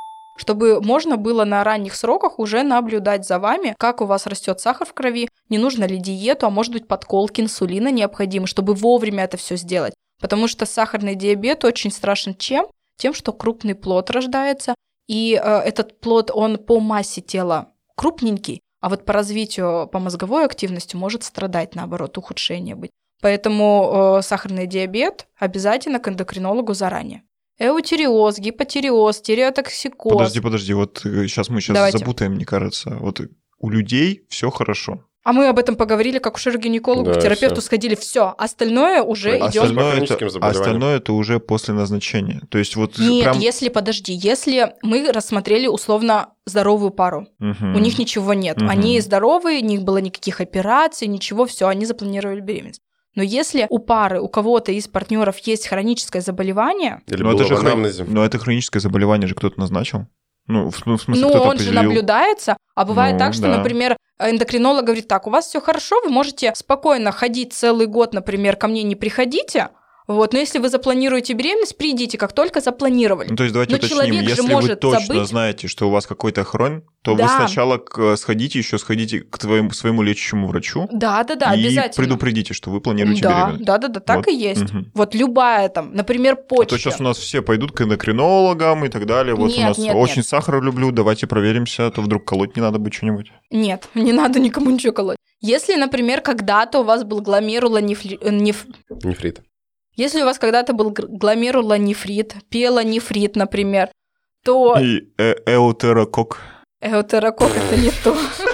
Speaker 1: Чтобы можно было на ранних сроках уже наблюдать за вами, как у вас растет сахар в крови, не нужно ли диету, а может быть подколки инсулина необходимы, чтобы вовремя это все сделать. Потому что сахарный диабет очень страшен чем? Тем, что крупный плод рождается, и э, этот плод, он по массе тела крупненький, а вот по развитию, по мозговой активности может страдать, наоборот, ухудшение быть. Поэтому э, сахарный диабет обязательно к эндокринологу заранее. Эутериоз, гипотиреоз, тиреотоксикоз.
Speaker 3: Подожди, подожди, вот сейчас мы сейчас
Speaker 1: Давайте.
Speaker 3: запутаем, мне кажется. Вот у людей все хорошо.
Speaker 1: А мы об этом поговорили, как акушеру-гинекологу,
Speaker 2: Да,
Speaker 1: к терапевту
Speaker 2: всё.
Speaker 1: сходили, все, остальное уже
Speaker 2: Ой,
Speaker 1: идем.
Speaker 2: По
Speaker 3: Остальное
Speaker 2: хроническим
Speaker 3: это,
Speaker 2: заболеваниям.
Speaker 3: остальное это уже после назначения. То есть вот
Speaker 1: Нет,
Speaker 3: прям...
Speaker 1: если, подожди, если мы рассмотрели условно здоровую пару,
Speaker 3: Мгм.
Speaker 1: у них ничего нет,
Speaker 3: Мгм.
Speaker 1: они здоровые, у них было никаких операций, ничего, все, они запланировали беременность. Но если у пары, у кого-то из партнеров есть хроническое заболевание,
Speaker 2: Или
Speaker 3: Но
Speaker 2: было
Speaker 3: это же
Speaker 2: в
Speaker 3: хрон-
Speaker 2: анамнезе?
Speaker 3: Но это хроническое заболевание же кто-то назначил. Ну, в, ну, в смысле,
Speaker 1: ну,
Speaker 3: кто-то
Speaker 1: он же
Speaker 3: определил.
Speaker 1: наблюдается, а бывает
Speaker 3: Ну,
Speaker 1: так, что,
Speaker 3: да.
Speaker 1: например, эндокринолог говорит, так, у вас все хорошо, вы можете спокойно ходить целый год, например, ко мне не приходите, вот, но если вы запланируете беременность, придите, как только запланировали.
Speaker 3: Ну, то есть давайте
Speaker 1: Но
Speaker 3: уточним,
Speaker 1: человек же
Speaker 3: если вы
Speaker 1: может
Speaker 3: точно
Speaker 1: забыть.
Speaker 3: знаете, что у вас какой-то хронь, то вы
Speaker 1: Да.
Speaker 3: сначала к- сходите, еще сходите к твоему, своему лечащему врачу
Speaker 1: Да, да, да,
Speaker 3: и
Speaker 1: обязательно.
Speaker 3: предупредите, что вы планируете
Speaker 1: Да,
Speaker 3: беременность.
Speaker 1: да, да, да, так
Speaker 3: Вот.
Speaker 1: и есть.
Speaker 3: Мгм.
Speaker 1: Вот любая там, например,
Speaker 3: А
Speaker 1: почки.
Speaker 3: то сейчас у нас все пойдут к эндокринологам и так далее. Вот
Speaker 1: Нет,
Speaker 3: у нас
Speaker 1: нет,
Speaker 3: очень
Speaker 1: нет.
Speaker 3: сахар люблю, давайте проверимся, а то вдруг колоть не надо будет что-нибудь.
Speaker 1: Нет, не надо никому ничего колоть. Если, например, когда-то у вас был гломерулонефрит,
Speaker 2: Нефрит.
Speaker 1: если у вас когда-то был гр- гломерулонефрит, пиелонефрит, например, то
Speaker 3: И э- эутерокок.
Speaker 1: эутерокок это не то.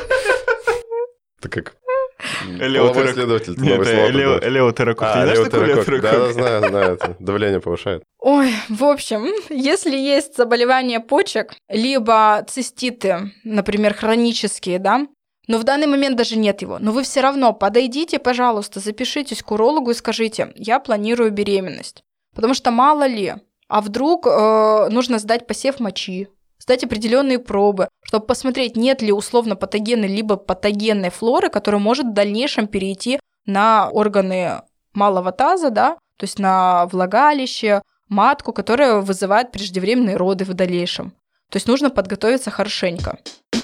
Speaker 2: Это как
Speaker 3: Элеутерок-
Speaker 2: половой следователь.
Speaker 3: Нет,
Speaker 2: новое слово
Speaker 3: элео-
Speaker 2: придумал.
Speaker 3: элеутерокок. Ты
Speaker 2: А,
Speaker 3: не знаешь такой
Speaker 2: элеутерокок.
Speaker 3: элеутерокок?
Speaker 2: Да, знаю, знаю. Это давление повышает.
Speaker 1: Ой, в общем, если есть заболевание почек, либо циститы, например, хронические, да, но в данный момент даже нет его, но вы все равно подойдите, пожалуйста, запишитесь к урологу и скажите, я планирую беременность. Потому что мало ли, а вдруг э, нужно сдать посев мочи, сдать определенные пробы, чтобы посмотреть, нет ли условно патогенной либо патогенной флоры, которая может в дальнейшем перейти на органы малого таза, да, то есть на влагалище, матку, которая вызывает преждевременные роды в дальнейшем. То есть нужно подготовиться хорошенько.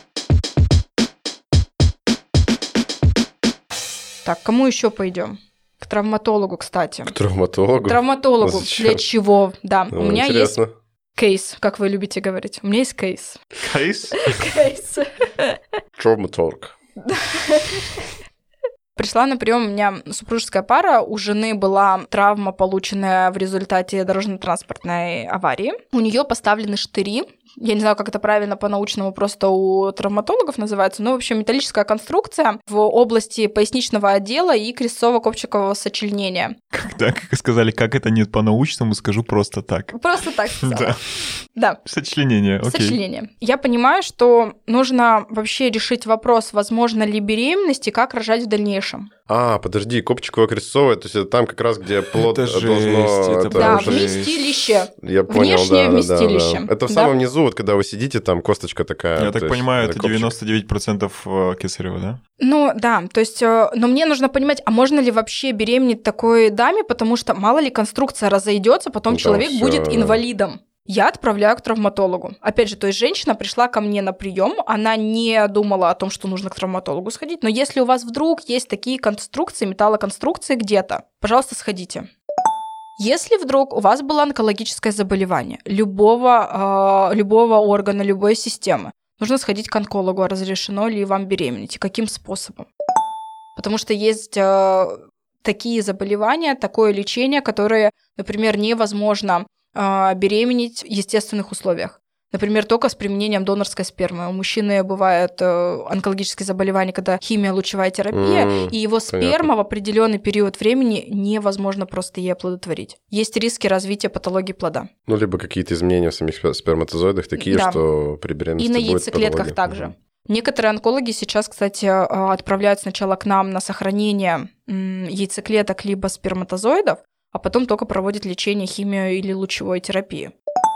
Speaker 1: Так, к кому еще пойдем? К травматологу, кстати.
Speaker 2: К травматологу.
Speaker 1: К травматологу.
Speaker 2: Зачем?
Speaker 1: Для чего? Да,
Speaker 2: Ну,
Speaker 1: у меня
Speaker 2: интересно.
Speaker 1: есть кейс, как вы любите говорить. У меня есть кейс.
Speaker 3: Кейс?
Speaker 1: Кейс.
Speaker 2: Травматолог.
Speaker 1: Пришла на прием у меня супружеская пара, у жены была травма, полученная в результате дорожно-транспортной аварии. У нее поставлены штыри. Я не знаю, как это правильно по-научному просто у травматологов называется, но, в общем, металлическая конструкция в области поясничного отдела и крестцово-копчикового сочленения.
Speaker 3: Когда как сказали, как это нет по-научному, скажу просто так.
Speaker 1: Просто так сказала.
Speaker 3: Да.
Speaker 1: Да.
Speaker 3: Сочленение, окей.
Speaker 1: Сочленение. Я понимаю, что нужно вообще решить вопрос, возможно ли беременность и как рожать в дальнейшем.
Speaker 2: А, подожди, копчиково-крестцовое, то есть это там как раз, где плод
Speaker 3: Это
Speaker 2: должно...
Speaker 3: жесть, это
Speaker 1: Да,
Speaker 3: Боже.
Speaker 1: вместилище.
Speaker 2: Я понял,
Speaker 1: Внешнее
Speaker 2: да, да, да,
Speaker 1: вместилище.
Speaker 2: да. Это в
Speaker 1: Да.
Speaker 2: самом низу, вот когда вы сидите, там косточка такая.
Speaker 3: Я
Speaker 2: то
Speaker 3: так
Speaker 2: есть,
Speaker 3: понимаю,
Speaker 2: да,
Speaker 3: это
Speaker 2: копчик.
Speaker 3: девяносто девять процентов кесарево, да?
Speaker 1: Ну, да, то есть, э, но мне нужно понимать, а можно ли вообще беременеть такой даме, потому что мало ли конструкция разойдется, потом
Speaker 2: Ну, там
Speaker 1: человек
Speaker 2: всё,
Speaker 1: будет
Speaker 2: да.
Speaker 1: инвалидом. Я отправляю к травматологу. Опять же, то есть женщина пришла ко мне на прием, она не думала о том, что нужно к травматологу сходить, но если у вас вдруг есть такие конструкции, металлоконструкции где-то, пожалуйста, сходите. Если вдруг у вас было онкологическое заболевание любого, э, любого органа, любой системы, нужно сходить к онкологу, а разрешено ли вам беременеть и каким способом. Потому что есть э, такие заболевания, такое лечение, которое, например, невозможно э, беременеть в естественных условиях. Например, только с применением донорской спермы. У мужчины бывают э, онкологические заболевания, когда химия-лучевая терапия,
Speaker 2: М,
Speaker 1: и его
Speaker 2: понятно.
Speaker 1: сперма в определенный период времени невозможно просто ей оплодотворить. Есть риски развития патологии плода.
Speaker 2: Ну, либо какие-то изменения в самих спер- сперматозоидах такие,
Speaker 1: Да.
Speaker 2: что при
Speaker 1: И
Speaker 2: беременности
Speaker 1: на
Speaker 2: будет
Speaker 1: яйцеклетках
Speaker 2: патология.
Speaker 1: также.
Speaker 2: Мгм.
Speaker 1: Некоторые онкологи сейчас, кстати, э, отправляют сначала к нам на сохранение м, яйцеклеток либо сперматозоидов, а потом только проводят лечение химией или лучевой терапией.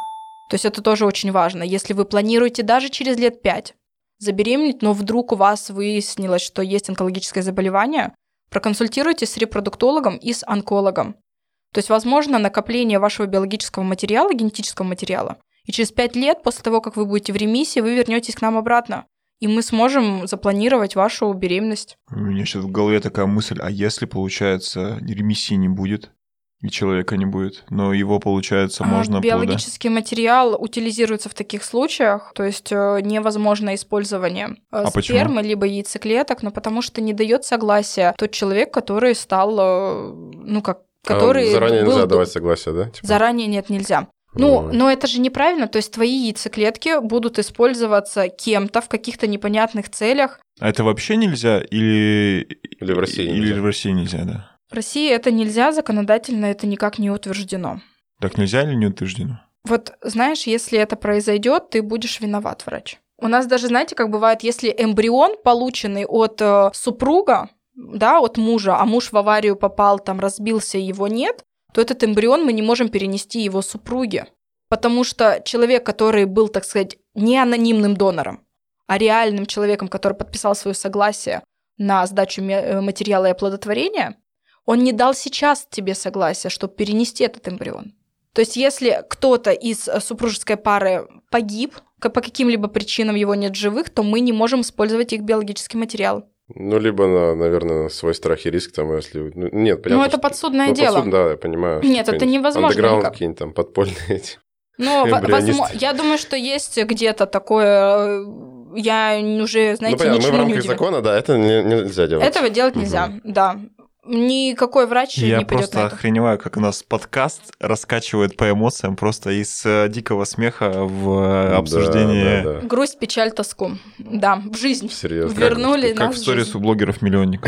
Speaker 1: То есть это тоже очень важно. Если вы планируете даже через лет пять забеременеть, но вдруг у вас выяснилось, что есть онкологическое заболевание, проконсультируйтесь с репродуктологом и с онкологом. То есть, возможно, накопление вашего биологического материала, генетического материала, и через пять лет после того, как вы будете в ремиссии, вы вернетесь к нам обратно, и мы сможем запланировать вашу беременность.
Speaker 3: У меня сейчас в голове такая мысль, а если, получается, ремиссии не будет, и человека не будет, но его, получается,
Speaker 1: А,
Speaker 3: можно... плода-
Speaker 1: Биологический материал утилизируется в таких случаях, то есть э, невозможно использование э,
Speaker 3: А почему?
Speaker 1: спермы либо яйцеклеток, но потому что не дает согласия тот человек, который стал, э, ну как, который
Speaker 2: А заранее
Speaker 1: был
Speaker 2: нельзя
Speaker 1: до-
Speaker 2: давать согласие, да? Типа?
Speaker 1: Заранее нет, нельзя. Ну,
Speaker 2: Мгм.
Speaker 1: но это же неправильно, то есть твои яйцеклетки будут использоваться кем-то в каких-то непонятных целях.
Speaker 3: А это вообще нельзя или...
Speaker 2: Или в России
Speaker 3: Или
Speaker 2: нельзя?
Speaker 3: в России нельзя, да.
Speaker 1: В России это нельзя, законодательно это никак не утверждено.
Speaker 3: Так нельзя или не утверждено?
Speaker 1: Вот знаешь, если это произойдет, ты будешь виноват, врач. У нас даже, знаете, как бывает, если эмбрион, полученный от э, супруга, да, от мужа, а муж в аварию попал, там разбился, его нет, то этот эмбрион мы не можем перенести его супруге. Потому что человек, который был, так сказать, не анонимным донором, а реальным человеком, который подписал свое согласие на сдачу ме- материала и оплодотворения, он не дал сейчас тебе согласие, чтобы перенести этот эмбрион. То есть если кто-то из супружеской пары погиб, к- по каким-либо причинам его нет в живых, то мы не можем использовать их биологический материал.
Speaker 2: Ну, либо, на, наверное, свой страх и риск, там, если... Ну, нет, понятно,
Speaker 1: Ну, это
Speaker 2: что-
Speaker 1: подсудное
Speaker 2: ну,
Speaker 1: дело.
Speaker 2: подсудно, да, я понимаю. что
Speaker 1: Нет, это
Speaker 2: какой-нибудь
Speaker 1: невозможно
Speaker 2: андеграунд
Speaker 1: никак.
Speaker 2: какие-нибудь там подпольные эти.
Speaker 1: Но, во-
Speaker 2: Эмбрионист.
Speaker 1: возможно, я думаю, что есть где-то такое... э, Я уже, знаете,
Speaker 2: Ну, понятно, мы в
Speaker 1: ничему не
Speaker 2: рамках
Speaker 1: удивлюсь.
Speaker 2: закона, да, это не- нельзя делать.
Speaker 1: Этого делать
Speaker 2: Мгм.
Speaker 1: нельзя, да. Никакой врач
Speaker 3: Я
Speaker 1: не пойдет
Speaker 3: просто
Speaker 1: на это.
Speaker 3: охреневаю, как у нас подкаст раскачивает по эмоциям просто из э, дикого смеха в э,
Speaker 2: Да,
Speaker 3: обсуждение.
Speaker 2: да, да.
Speaker 1: Грусть, печаль, тоску. Да, в жизнь.
Speaker 2: Серьезно.
Speaker 1: Вернули
Speaker 3: Как
Speaker 1: нас
Speaker 3: в
Speaker 1: в
Speaker 3: сторис
Speaker 1: жизнь.
Speaker 3: у блогеров-миллионников.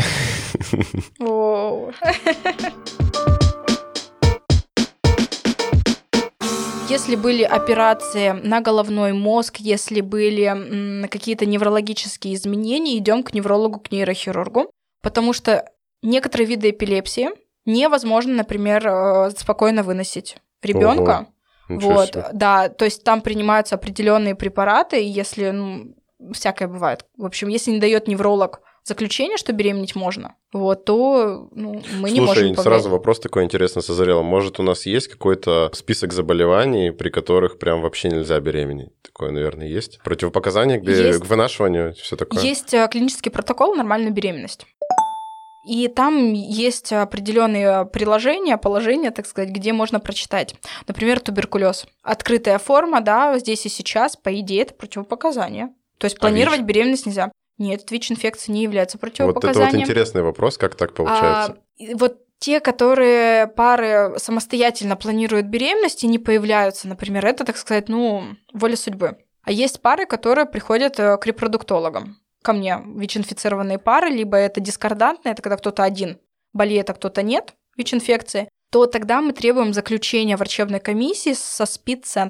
Speaker 1: О. Если были операции на головной мозг, если были м, какие-то неврологические изменения, идем к неврологу, к нейрохирургу, потому что некоторые виды эпилепсии невозможно, например, э, спокойно выносить ребенка.
Speaker 2: Ничего
Speaker 1: Вот,
Speaker 2: себе.
Speaker 1: да, то есть там принимаются определенные препараты, и если, ну, всякое бывает. В общем, если не дает невролог заключение, что беременеть можно, вот, то ну, мы не можем
Speaker 2: Слушай,
Speaker 1: повлиять.
Speaker 2: сразу вопрос такой интересно созрел. Может, у нас есть какой-то список заболеваний, при которых прям вообще нельзя беременеть? Такое, наверное, есть. Противопоказания к, бе-
Speaker 1: Есть.
Speaker 2: к вынашиванию, все такое.
Speaker 1: Есть э, клинический протокол «Нормальная беременность». И там есть определенные приложения, положения, так сказать, где можно прочитать. Например, туберкулез. Открытая форма, да, здесь и сейчас, по идее, это противопоказание. То есть планировать
Speaker 2: А ВИЧ?
Speaker 1: беременность нельзя. Нет, ВИЧ-инфекция не является
Speaker 2: Вот это
Speaker 1: противопоказанием.
Speaker 2: вот интересный вопрос, как так получается?
Speaker 1: А, и вот те, которые пары самостоятельно планируют беременность и не появляются, например, это, так сказать, ну, воля судьбы. А есть пары, которые приходят э, к репродуктологам. Ко мне ВИЧ-инфицированные пары, либо это дискордантные, это когда кто-то один болеет, а кто-то нет ВИЧ-инфекции, то тогда мы требуем заключения врачебной комиссии со СПИД-центра.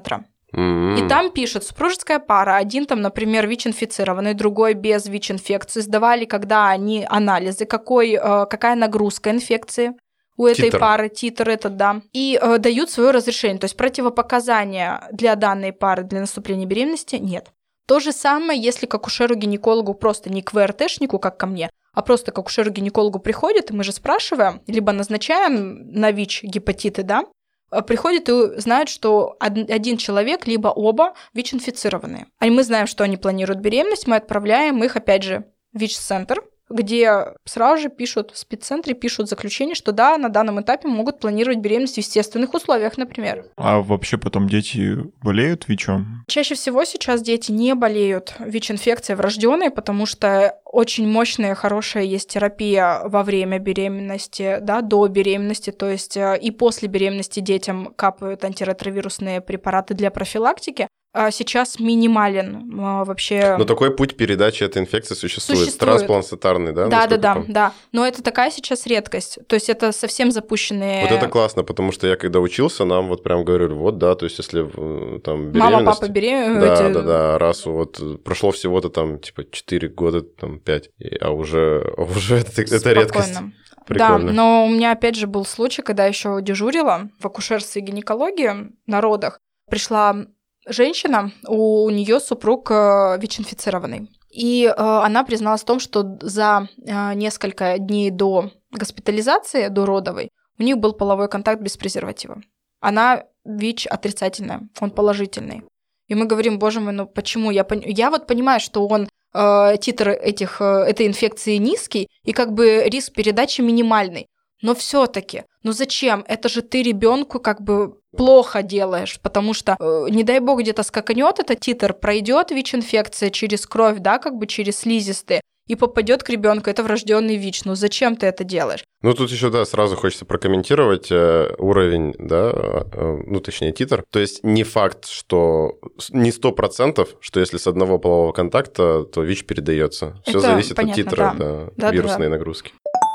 Speaker 2: Mm-hmm.
Speaker 1: И там пишут, супружеская пара, один там, например, ВИЧ-инфицированный, другой без ВИЧ-инфекции, сдавали, когда они анализы, какой, какая нагрузка инфекции у этой
Speaker 2: титр.
Speaker 1: пары, титр этот, да, и э, дают свое разрешение. То есть противопоказания для данной пары для наступления беременности нет. То же самое, если к акушеру-гинекологу просто не к ВРТшнику, как ко мне, а просто к акушеру-гинекологу приходит, и мы же спрашиваем, либо назначаем на ВИЧ гепатиты, да, приходит и знает, что один человек, либо оба ВИЧ-инфицированные. А мы знаем, что они планируют беременность, мы отправляем их, опять же, в ВИЧ-центр, где сразу же пишут, в спеццентре пишут заключение, что да, на данном этапе могут планировать беременность в естественных условиях, например.
Speaker 3: А вообще потом дети болеют ВИЧом?
Speaker 1: Чаще всего сейчас дети не болеют ВИЧ-инфекцией врожденной, потому что очень мощная, хорошая есть терапия во время беременности, да, до беременности, то есть и после беременности детям капают антиретровирусные препараты для профилактики. А сейчас минимален вообще.
Speaker 2: Но такой путь передачи этой инфекции существует.
Speaker 1: Существует.
Speaker 2: Трансплантатарный, да?
Speaker 1: Да, да, да, да. Но это такая сейчас редкость. То есть это совсем запущенные.
Speaker 2: Вот это классно, потому что я когда учился, нам вот прям говорили, вот да, то есть если там беременность.
Speaker 1: Мама, папа беременны.
Speaker 2: Да, эти... да, да. Раз вот прошло всего-то там типа четыре года, там пять, а уже, а уже это, это редкость. Прикольно.
Speaker 1: Да, но у меня опять же был случай, когда еще дежурила в акушерстве и гинекологии на родах. Пришла женщина, у нее супруг ВИЧ-инфицированный. И э, она призналась в том, что за э, несколько дней до госпитализации, до родовой, у них был половой контакт без презерватива. Она ВИЧ отрицательная, он положительный. И мы говорим, боже мой, ну почему? Я, пон... я вот понимаю, что он э, титр этих, э, этой инфекции низкий, и как бы риск передачи минимальный. Но все-таки, ну зачем? Это же ты ребенку как бы плохо делаешь, потому что, э, не дай бог, где-то скаканет этот титр, пройдет ВИЧ-инфекция через кровь, да, как бы через слизистые, и попадет к ребенку. Это врожденный ВИЧ. Ну зачем ты это делаешь?
Speaker 2: Ну тут еще, да, сразу хочется прокомментировать э, уровень, да, э, ну точнее титр. То есть не факт, что не сто процентов, что если с одного полового контакта, то ВИЧ передается. Все зависит
Speaker 1: понятно,
Speaker 2: от титра,
Speaker 1: да.
Speaker 2: Да,
Speaker 1: Да,
Speaker 2: вирусной
Speaker 1: да, да.
Speaker 2: нагрузки.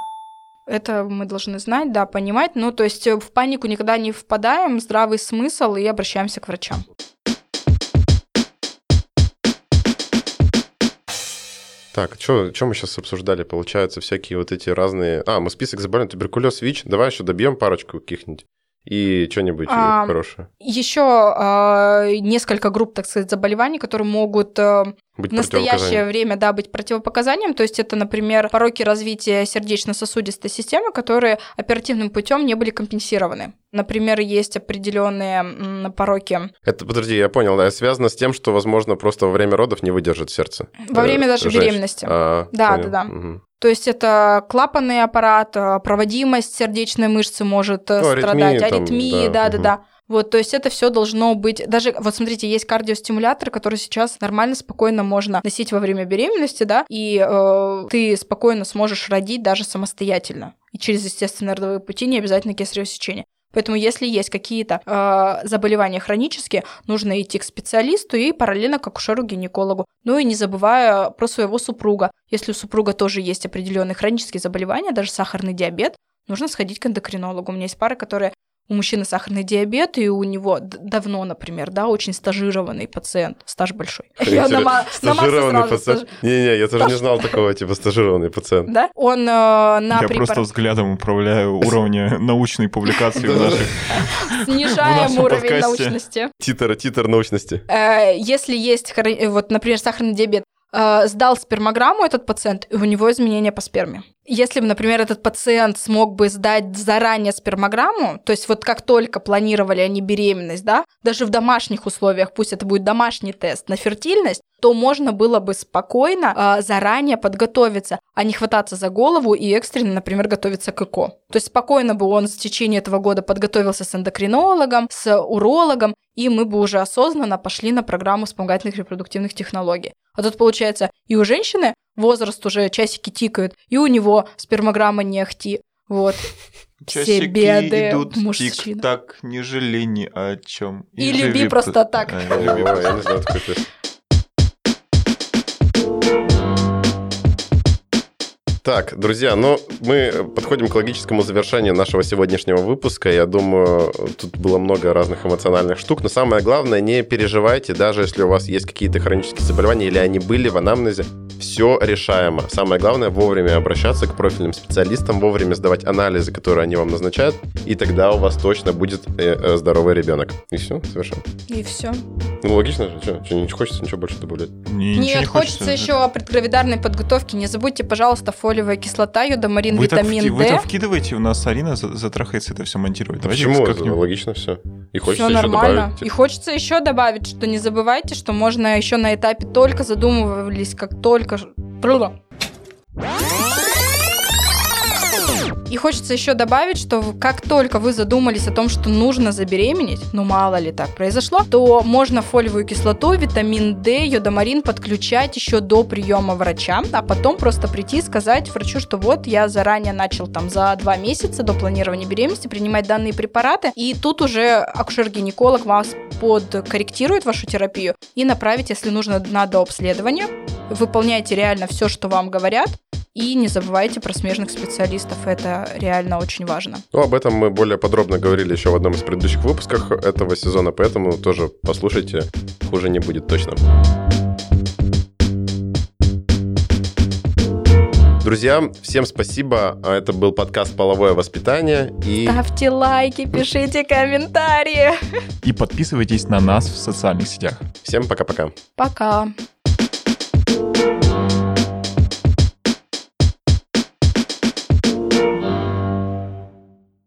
Speaker 1: Это мы должны знать, да, понимать. Ну, то есть в панику никогда не впадаем, здравый смысл, и обращаемся к врачам.
Speaker 2: Так, что мы сейчас обсуждали? Получается, всякие вот эти разные... А, мы список заболеваний, туберкулез, ВИЧ. Давай еще добьем парочку каких-нибудь. И что-нибудь а, хорошее.
Speaker 1: Еще а, несколько групп, так сказать, заболеваний, которые могут а, в настоящее время, да, быть противопоказанием. То есть это, например, пороки развития сердечно-сосудистой системы, которые оперативным путем не были компенсированы. Например, есть определенные м, пороки.
Speaker 2: Это, подожди, я понял, да, связано с тем, что, возможно, просто во время родов не выдержит сердце.
Speaker 1: Во время даже
Speaker 2: Женщина.
Speaker 1: беременности.
Speaker 2: А,
Speaker 1: да,
Speaker 2: понял.
Speaker 1: да, да.
Speaker 2: Угу.
Speaker 1: То есть это клапанный аппарат, проводимость сердечной мышцы может ну, страдать, аритмии, аритмии, да, да, угу. да. Вот, то есть это все должно быть. Даже, вот смотрите, есть кардиостимулятор, который сейчас нормально, спокойно можно носить во время беременности, да, и э, ты спокойно сможешь родить даже самостоятельно. И через естественные родовые пути, не обязательно кесарево сечение. Поэтому если есть какие-то э, заболевания хронические, нужно идти к специалисту и параллельно к акушеру-гинекологу. Ну и не забывая про своего супруга. Если у супруга тоже есть определенные хронические заболевания, даже сахарный диабет, нужно сходить к эндокринологу. У меня есть пары, которые... У мужчины сахарный диабет, и у него давно, например, да, очень стажированный пациент, стаж большой.
Speaker 2: Стажированный пациент? Не-не, я тоже не знал такого, типа стажированный пациент.
Speaker 1: Да? Он на
Speaker 3: Я просто взглядом управляю уровня научной публикации в наших...
Speaker 1: Снижаем уровень научности.
Speaker 2: Титр, титр научности.
Speaker 1: Если есть, вот, например, сахарный диабет, сдал спермограмму этот пациент, и у него изменения по сперме. Если бы, например, этот пациент смог бы сдать заранее спермограмму, то есть вот как только планировали они беременность, да, даже в домашних условиях, пусть это будет домашний тест на фертильность, то можно было бы спокойно э, заранее подготовиться, а не хвататься за голову и экстренно, например, готовиться к ЭКО. То есть спокойно бы он в течение этого года подготовился с эндокринологом, с урологом, и мы бы уже осознанно пошли на программу вспомогательных репродуктивных технологий. А тут, получается, и у женщины возраст уже, часики тикают, и у него спермограмма не ахти. Вот.
Speaker 3: Часики
Speaker 1: все беды
Speaker 3: идут
Speaker 1: мужчин.
Speaker 3: Тик-так, не жалей ни о чем.
Speaker 1: И, и люби просто так.
Speaker 2: А, я не знаю, такой тест. Так, друзья, ну, мы подходим к логическому завершению нашего сегодняшнего выпуска. Я думаю, тут было много разных эмоциональных штук, но самое главное, не переживайте, даже если у вас есть какие-то хронические заболевания или они были в анамнезе, все решаемо. Самое главное, вовремя обращаться к профильным специалистам, вовремя сдавать анализы, которые они вам назначают, и тогда у вас точно будет э, э, здоровый ребенок. И все, совершенно.
Speaker 1: И все.
Speaker 2: Ну, логично же, что, что не хочется ничего больше добавлять?
Speaker 3: Не,
Speaker 1: Нет,
Speaker 3: не
Speaker 1: хочется, хочется еще о предгравидарной подготовке. Не забудьте, пожалуйста, фолиевая кислота, йодомарин,
Speaker 3: вы
Speaker 1: витамин
Speaker 3: так,
Speaker 1: D.
Speaker 3: Вы так вкидываете, у нас Арина затрахается это все монтировать. Давайте
Speaker 2: Почему?
Speaker 3: как-нибудь...
Speaker 2: Логично все. И хочется
Speaker 1: все
Speaker 2: еще
Speaker 1: нормально.
Speaker 2: добавить.
Speaker 1: И хочется еще добавить, что не забывайте, что можно еще на этапе только задумывались, как только... И хочется еще добавить, что как только вы задумались о том, что нужно забеременеть, ну мало ли так произошло, то можно фолиевую кислоту, витамин D, йодомарин подключать еще до приема врача, а потом просто прийти и сказать врачу, что вот я заранее начал там за два месяца до планирования беременности принимать данные препараты, и тут уже акушер-гинеколог вас подкорректирует вашу терапию и направить, если нужно, на дообследование. Выполняйте реально все, что вам говорят, и не забывайте про смежных специалистов, это реально очень важно.
Speaker 2: Ну, об этом мы более подробно говорили еще в одном из предыдущих выпусков этого сезона, поэтому тоже послушайте, хуже не будет точно. Друзья, всем спасибо. Это был подкаст «Половое воспитание». И...
Speaker 1: Ставьте лайки, пишите комментарии.
Speaker 3: И подписывайтесь на нас в социальных сетях.
Speaker 2: Всем пока-пока.
Speaker 1: Пока.